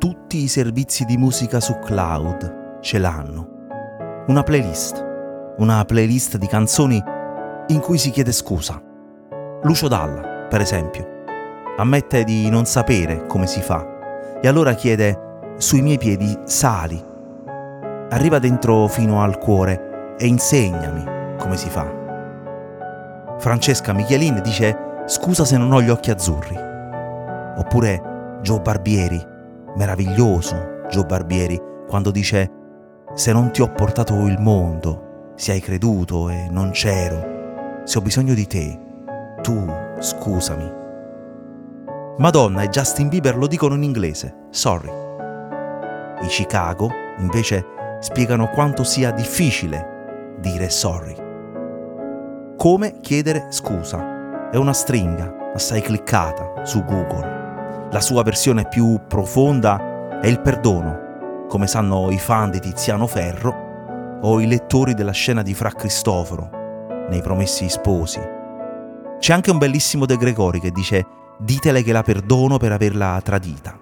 tutti i servizi di musica su cloud ce l'hanno. Una playlist di canzoni in cui si chiede scusa. Lucio Dalla, per esempio, ammette di non sapere come si fa e allora chiede: sui miei piedi sali. Arriva dentro fino al cuore e insegnami come si fa. Francesca Michelin dice: scusa se non ho gli occhi azzurri. Oppure Joe Barbieri, meraviglioso Joe Barbieri, quando dice: se non ti ho portato il mondo, se hai creduto e non c'ero, se ho bisogno di te, tu scusami. Madonna e Justin Bieber lo dicono in inglese: sorry. I Chicago, invece, spiegano quanto sia difficile dire sorry. Come chiedere scusa è una stringa assai cliccata su Google. La sua versione più profonda è il perdono, come sanno i fan di Tiziano Ferro o i lettori della scena di Fra Cristoforo nei Promessi Sposi. C'è anche un bellissimo De Gregori che dice: ditele che la perdono per averla tradita.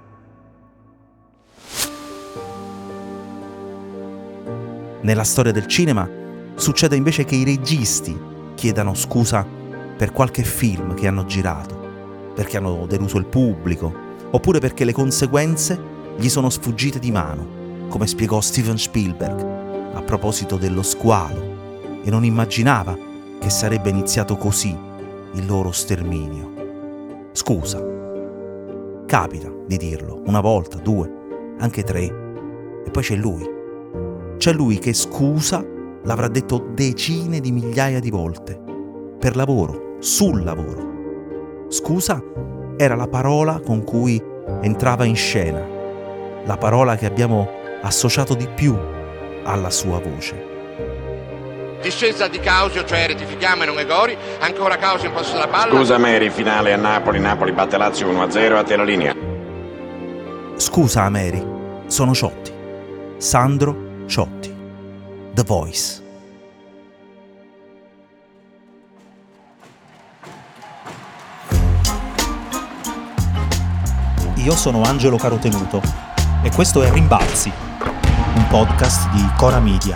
Nella storia del cinema succede invece che i registi chiedano scusa per qualche film che hanno girato, perché hanno deluso il pubblico, oppure perché le conseguenze gli sono sfuggite di mano, come spiegò Steven Spielberg a proposito dello squalo, e non immaginava che sarebbe iniziato così il loro sterminio. Scusa. Capita di dirlo una volta, due, anche tre, e poi c'è lui. C'è lui che scusa l'avrà detto decine di migliaia di volte, per lavoro, sul lavoro. Scusa era la parola con cui entrava in scena, la parola che abbiamo associato di più alla sua voce. Discesa di Causio, cioè rettifichiamo e non Egori, ancora Causio in possesso della palla. Scusa Mary, finale a Napoli, Napoli batte Lazio 1-0, a te la linea. Scusa Mary, sono Ciotti, Sandro Ciotti, The Voice. Io sono Angelo Carotenuto e questo è Rimbalzi, un podcast di Cora Media.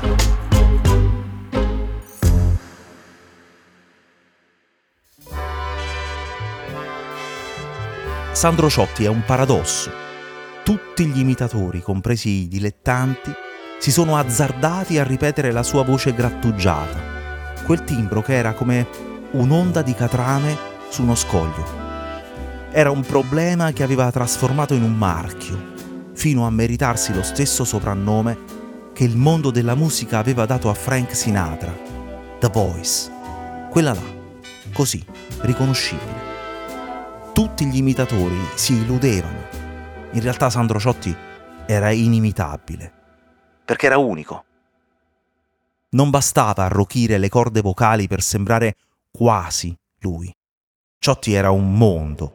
Sandro Ciotti è un paradosso. Tutti gli imitatori, compresi i dilettanti, si sono azzardati a ripetere la sua voce grattugiata, quel timbro che era come un'onda di catrame su uno scoglio. Era un problema che aveva trasformato in un marchio, fino a meritarsi lo stesso soprannome che il mondo della musica aveva dato a Frank Sinatra, The Voice. Quella là, così, riconoscibile. Tutti gli imitatori si illudevano. In realtà Sandro Ciotti era inimitabile, perché era unico. Non bastava arrochire le corde vocali per sembrare quasi lui. Ciotti era un mondo.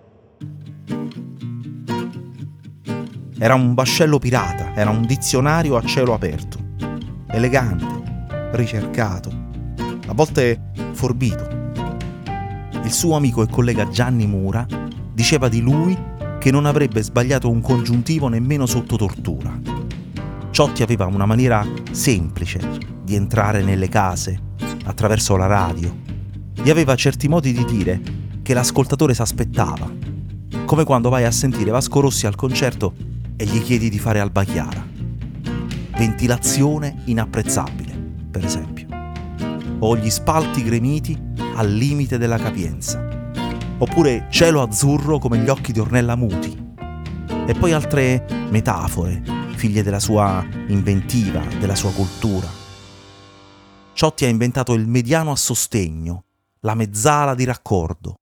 Era un vascello pirata, era un dizionario a cielo aperto. Elegante, ricercato, a volte forbito. Il suo amico e collega Gianni Mura diceva di lui che non avrebbe sbagliato un congiuntivo nemmeno sotto tortura. Ciotti aveva una maniera semplice di entrare nelle case attraverso la radio e aveva certi modi di dire che l'ascoltatore s'aspettava, come quando vai a sentire Vasco Rossi al concerto e gli chiedi di fare Alba Chiara. Ventilazione inapprezzabile, per esempio, o gli spalti gremiti al limite della capienza, oppure cielo azzurro come gli occhi di Ornella Muti, e poi altre metafore, figlie della sua inventiva, della sua cultura. Ciotti ha inventato il mediano a sostegno, la mezzala di raccordo.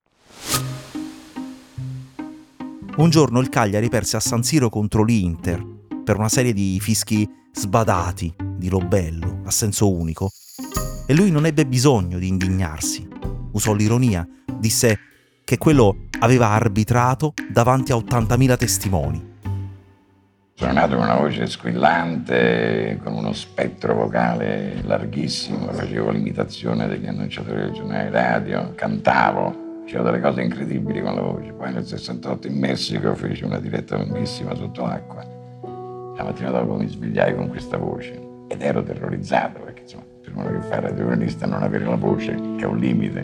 Un giorno il Cagliari perse a San Siro contro l'Inter per una serie di fischi sbadati di Lobello a senso unico, e lui non ebbe bisogno di indignarsi. Usò l'ironia, disse che quello aveva arbitrato davanti a 80.000 testimoni. Sono nato con una voce squillante, con uno spettro vocale larghissimo, facevo l'imitazione degli annunciatori del giornale radio, cantavo, facevo delle cose incredibili con la voce. Poi nel 68 in Messico feci una diretta lunghissima sotto l'acqua La mattina dopo mi svegliai con questa voce ed ero terrorizzato perché insomma, per uno che fa radiocronista non avere la voce è un limite.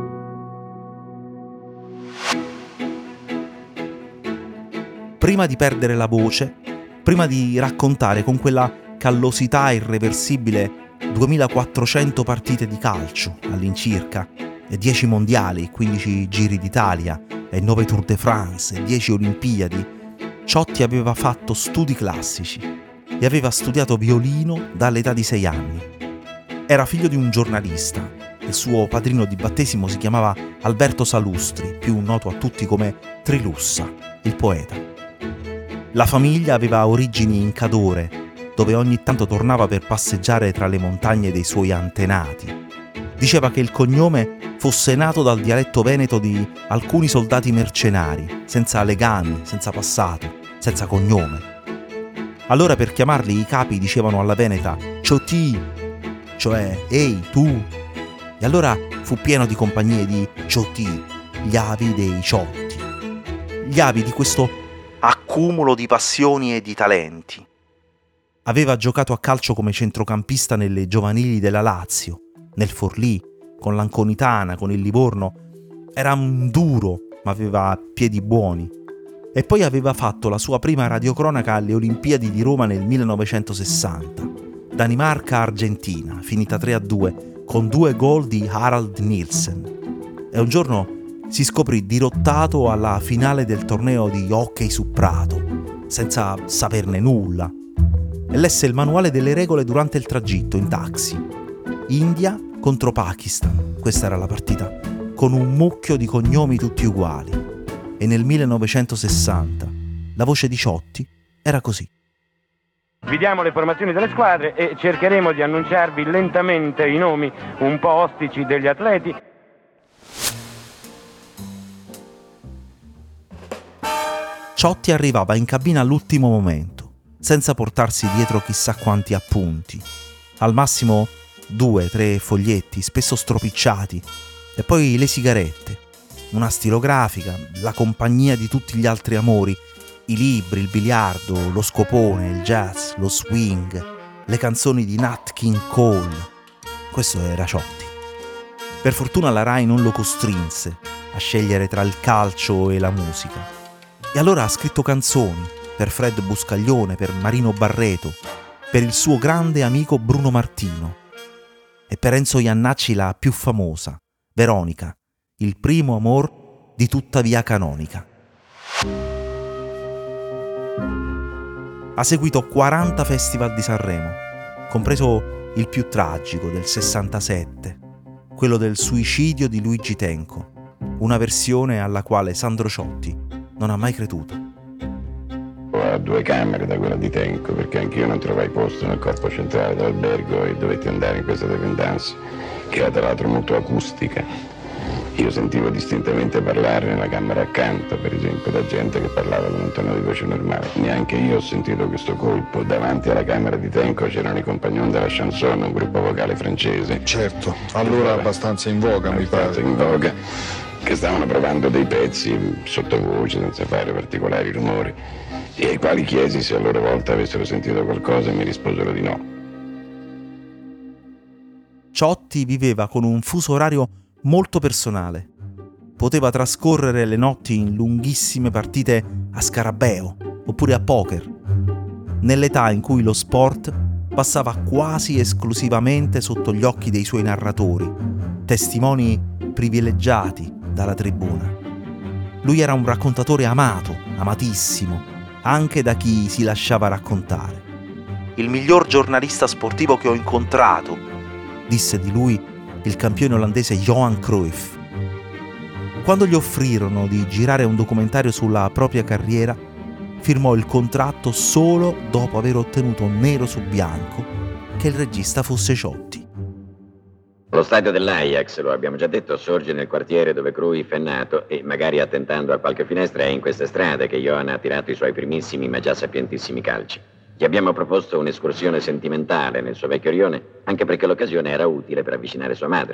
Prima di perdere la voce, prima di raccontare con quella callosità irreversibile 2400 partite di calcio all'incirca, e 10 mondiali, 15 giri d'Italia, e 9 Tour de France, e 10 Olimpiadi, Ciotti aveva fatto studi classici e aveva studiato violino dall'età di 6 anni. Era figlio di un giornalista. Il suo padrino di battesimo si chiamava Alberto Salustri, più noto a tutti come Trilussa, il poeta. La famiglia aveva origini in Cadore, dove ogni tanto tornava per passeggiare tra le montagne dei suoi antenati. Diceva che il cognome fosse nato dal dialetto veneto di alcuni soldati mercenari, senza legami, senza passato, senza cognome. Allora per chiamarli i capi dicevano alla veneta «Ciotì», cioè «Ehi, tu». E allora fu pieno di compagnie di Ciotì, gli avi dei Ciotti. Gli avi di questo accumulo di passioni e di talenti. Aveva giocato a calcio come centrocampista nelle giovanili della Lazio, nel Forlì, con l'Anconitana, con il Livorno. Era un duro, ma aveva piedi buoni. E poi aveva fatto la sua prima radiocronaca alle Olimpiadi di Roma nel 1960. Danimarca-Argentina, finita 3-2, con 2 gol di Harald Nielsen. E un giorno si scoprì dirottato alla finale del torneo di hockey su prato, senza saperne nulla. E lesse il manuale delle regole durante il tragitto in taxi. India contro Pakistan, questa era la partita, con un mucchio di cognomi tutti uguali. E nel 1960 la voce di Ciotti era così. Vi diamo le formazioni delle squadre e cercheremo di annunciarvi lentamente i nomi un po' ostici degli atleti. Ciotti arrivava in cabina all'ultimo momento, senza portarsi dietro chissà quanti appunti. Al massimo 2-3 foglietti, spesso stropicciati, e poi le sigarette, una stilografica, la compagnia di tutti gli altri amori, i libri, il biliardo, lo scopone, il jazz, lo swing, le canzoni di Nat King Cole. Questo era Ciotti. Per fortuna la Rai non lo costrinse a scegliere tra il calcio e la musica. E allora ha scritto canzoni per Fred Buscaglione, per Marino Barreto, per il suo grande amico Bruno Martino e per Enzo Iannacci la più famosa, Veronica, il primo amor di tutta Via Canonica. Ha seguito 40 festival di Sanremo, compreso il più tragico del 67, quello del suicidio di Luigi Tenco, una versione alla quale Sandro Ciotti non ha mai creduto. A 2 camere da quella di Tenco, perché anch'io non trovai posto nel corpo centrale dell'albergo e dovetti andare in questa dependance, che era tra l'altro molto acustica. Io sentivo distintamente parlare nella camera accanto, per esempio, da gente che parlava con un tono di voce normale. Neanche io ho sentito questo colpo. Davanti alla camera di Tenco c'erano i Compagnon de la Chanson, un gruppo vocale francese. Certo, allora abbastanza in voga, mi pare. In voga, che stavano provando dei pezzi sottovoce, senza fare particolari rumori, e ai quali chiesi se a loro volta avessero sentito qualcosa e mi risposero di no. Ciotti viveva con un fuso orario molto personale. Poteva trascorrere le notti in lunghissime partite a scarabeo oppure a poker, nell'età in cui lo sport passava quasi esclusivamente sotto gli occhi dei suoi narratori, testimoni privilegiati dalla tribuna. Lui era un raccontatore amato, amatissimo, anche da chi si lasciava raccontare. Il miglior giornalista sportivo che ho incontrato, disse di lui il campione olandese Johan Cruyff. Quando gli offrirono di girare un documentario sulla propria carriera, firmò il contratto solo dopo aver ottenuto nero su bianco che il regista fosse Ciotti. Lo stadio dell'Ajax, lo abbiamo già detto, sorge nel quartiere dove Cruyff è nato e magari attentando a qualche finestra è in queste strade che Johan ha tirato i suoi primissimi ma già sapientissimi calci. Gli abbiamo proposto un'escursione sentimentale nel suo vecchio rione, anche perché l'occasione era utile per avvicinare sua madre.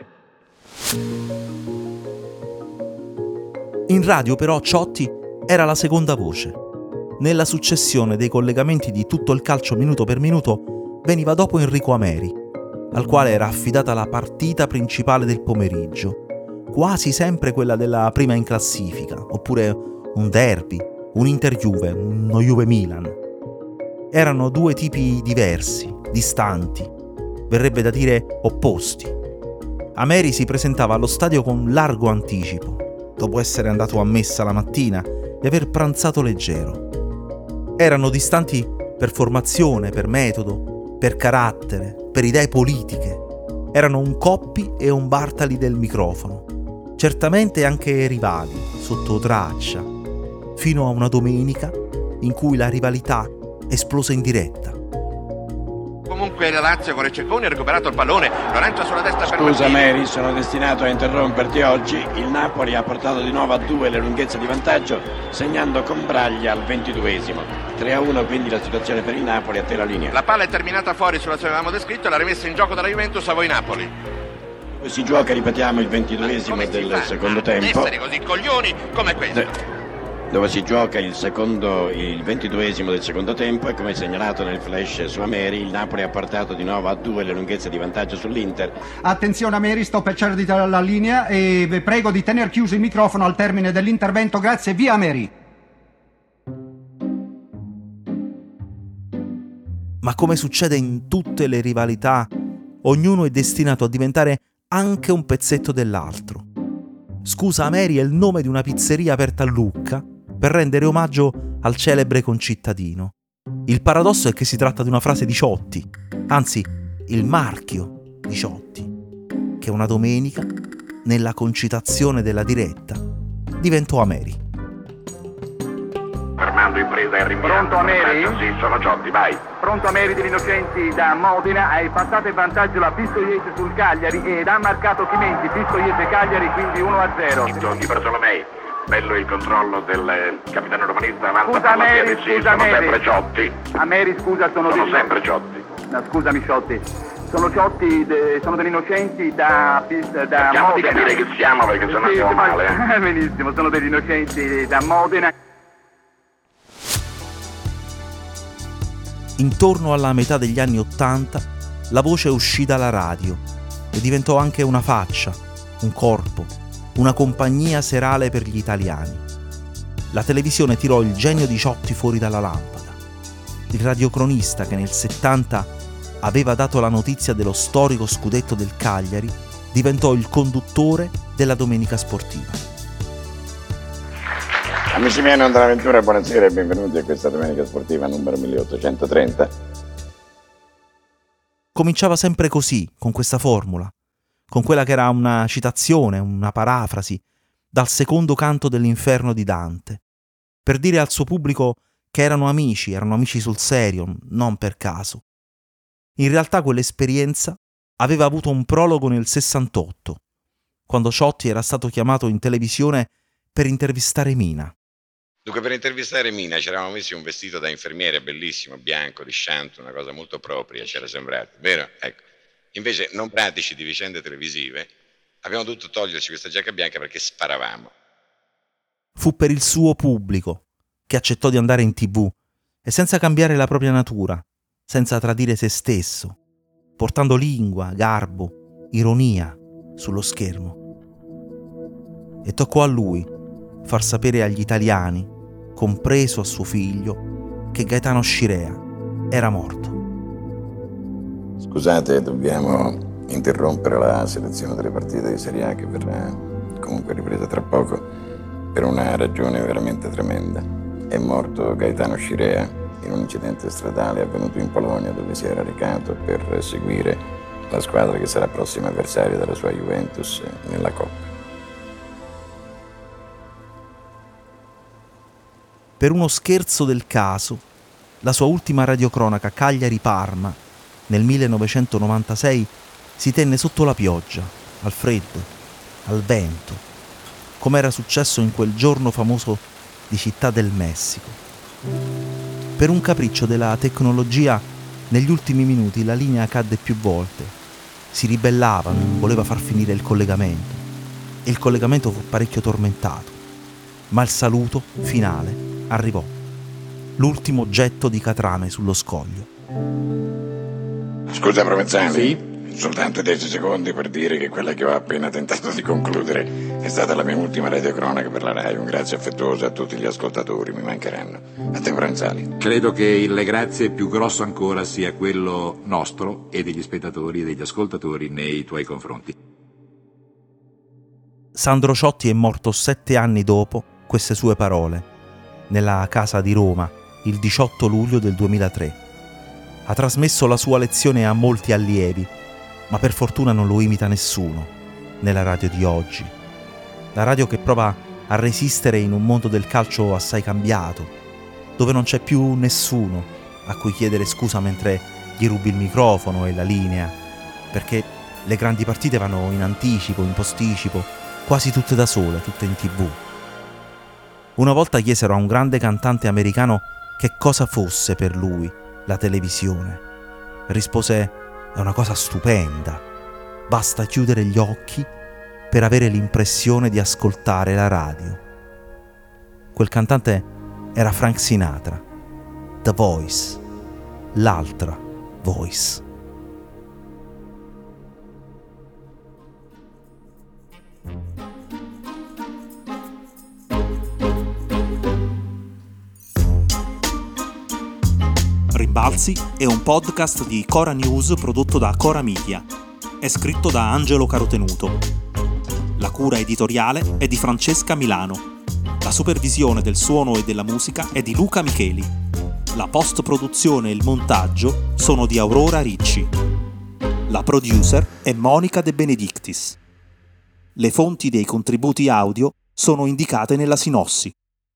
In radio però Ciotti era la seconda voce. nella successione dei collegamenti di tutto il calcio minuto per minuto veniva dopo Enrico Ameri, al quale era affidata la partita principale del pomeriggio, quasi sempre quella della prima in classifica, oppure un derby, un Inter-Juve, uno Juve-Milan. Erano due tipi diversi, distanti, verrebbe da dire opposti. Ameri si presentava allo stadio con largo anticipo, dopo essere andato a messa la mattina e aver pranzato leggero. Erano distanti per formazione, per metodo, per carattere, per idee politiche. Erano un Coppi e un Bartali del microfono. Certamente anche rivali, sotto traccia, fino a una domenica in cui la rivalità esplose in diretta. Comunque la Lazio con Cecconi ha recuperato il pallone, Lorenzo sulla destra per Scusa Martini. Mary, sono destinato a interromperti oggi. Il Napoli ha portato di nuovo a 2 le lunghezze di vantaggio, segnando con Braglia al 22esimo. 3-1 quindi la situazione per il Napoli, a te la linea. La palla è terminata fuori sulla che avevamo descritto e la rimessa in gioco dalla Juventus a voi Napoli. Si gioca, ripetiamo, il 22esimo del secondo tempo. Essere così coglioni come questo. Dove si gioca il 22esimo del secondo tempo e come segnalato nel flash su Ameri, il Napoli ha portato di nuovo a 2 le lunghezze di vantaggio sull'Inter. Attenzione Ameri, sto per cedere la linea e prego di tener chiuso il microfono al termine dell'intervento, grazie, via Ameri. Ma come succede in tutte le rivalità, ognuno è destinato a diventare anche un pezzetto dell'altro. Scusa Ameri è il nome di una pizzeria aperta a Lucca per rendere omaggio al celebre concittadino. Il paradosso è che si tratta di una frase di Ciotti, anzi il marchio di Ciotti, che una domenica, nella concitazione della diretta, diventò Ameri. Fermando impresa e rinviando. Pronto Ameri? Sì, sono Ciotti, vai. Pronto Ameri di Innocenti da Modena, hai passato in vantaggio la Pistoiese sul Cagliari ed ha marcato Chimenti, Pistoiese Cagliari, quindi 1-0. Di Bartolomei. Bello il controllo del capitano romanista avanti. Scusa Ameri, scusa sono Ameri. sempre Ciotti. Ameri, scusa, sono sempre Ciotti. No, scusami Ciotti. Sono Ciotti, sono degli Innocenti da Cerchiamo di Modena. capire che siamo perché sennò siamo male. Benissimo, sono degli Innocenti da Modena. Intorno alla metà degli anni '80 la voce uscì dalla radio e diventò anche una faccia, un corpo, una compagnia serale per gli italiani. La televisione tirò il genio di Ciotti fuori dalla lampada. Il radiocronista che nel '70 aveva dato la notizia dello storico scudetto del Cagliari diventò il conduttore della Domenica Sportiva. Amici miei, non dell'avventura, buonasera e benvenuti a questa Domenica Sportiva numero 1830. Cominciava sempre così, con questa formula, con quella che era una citazione, una parafrasi, dal secondo canto dell'Inferno di Dante, per dire al suo pubblico che erano amici sul serio, non per caso. In realtà quell'esperienza aveva avuto un prologo nel '68, quando Ciotti era stato chiamato in televisione per intervistare Mina. Dunque, per intervistare Mina ci eravamo messi un vestito da infermiere bellissimo, bianco, lisciante, una cosa molto propria, c'era sembrato, vero? Ecco. Invece, non pratici di vicende televisive, abbiamo dovuto toglierci questa giacca bianca perché sparavamo. Fu per il suo pubblico che accettò di andare in TV e senza cambiare la propria natura, senza tradire se stesso, portando lingua, garbo, ironia sullo schermo. E toccò a lui far sapere agli italiani, compreso a suo figlio, che Gaetano Scirea era morto. Scusate, dobbiamo interrompere la selezione delle partite di Serie A che verrà comunque ripresa tra poco per una ragione veramente tremenda. È morto Gaetano Scirea in un incidente stradale avvenuto in Polonia, dove si era recato per seguire la squadra che sarà prossima avversaria della sua Juventus nella Coppa. Per uno scherzo del caso, la sua ultima radiocronaca Cagliari-Parma, nel 1996, si tenne sotto la pioggia, al freddo, al vento, come era successo in quel giorno famoso di Città del Messico. Per un capriccio della tecnologia, negli ultimi minuti la linea cadde più volte. Si ribellava, non voleva far finire il collegamento. E il collegamento fu parecchio tormentato. Ma il saluto finale arrivò. l'ultimo getto di catrame sullo scoglio. Scusa Provenzali, Sì? soltanto 10 secondi per dire che quella che ho appena tentato di concludere è stata la mia ultima radiocronaca per la Rai. Un grazie affettuoso a tutti gli ascoltatori, mi mancheranno. A te Provenzali. Credo che il grazie più grosso ancora sia quello nostro e degli spettatori e degli ascoltatori nei tuoi confronti. Sandro Ciotti è morto 7 anni dopo queste sue parole, nella casa di Roma, il 18 luglio del 2003. Ha trasmesso la sua lezione a molti allievi, ma per fortuna non lo imita nessuno nella radio di oggi. La radio che prova a resistere in un mondo del calcio assai cambiato, dove non c'è più nessuno a cui chiedere scusa mentre gli rubi il microfono e la linea, perché le grandi partite vanno in anticipo, in posticipo, quasi tutte da sole, tutte in TV. Una volta chiesero a un grande cantante americano che cosa fosse per lui la televisione. Rispose: è una cosa stupenda, basta chiudere gli occhi per avere l'impressione di ascoltare la radio. Quel cantante era Frank Sinatra, The Voice, l'altra Voice. Rimbalzi è un podcast di Cora News prodotto da Cora Media. È scritto da Angelo Carotenuto. La cura editoriale è di Francesca Milano. La supervisione del suono e della musica è di Luca Micheli. La post-produzione e il montaggio sono di Aurora Ricci. La producer è Monica De Benedictis. Le fonti dei contributi audio sono indicate nella sinossi.